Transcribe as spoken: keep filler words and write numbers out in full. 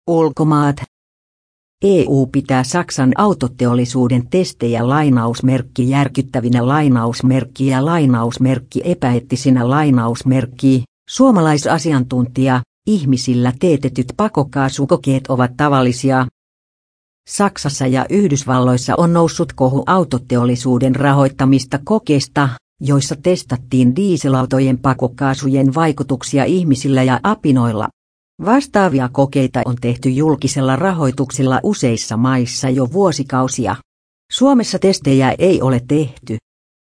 Ulkomaat. E U pitää Saksan autoteollisuuden testejä lainausmerkki järkyttävinä lainausmerkki ja lainausmerkki epäeettisinä lainausmerkki. Suomalaisasiantuntija, ihmisillä teetetyt pakokaasukokeet ovat tavallisia. Saksassa ja Yhdysvalloissa on noussut kohu autoteollisuuden rahoittamista kokeista, joissa testattiin dieselautojen pakokaasujen vaikutuksia ihmisillä ja apinoilla. Vastaavia kokeita on tehty julkisella rahoituksella useissa maissa jo vuosikausia. Suomessa testejä ei ole tehty.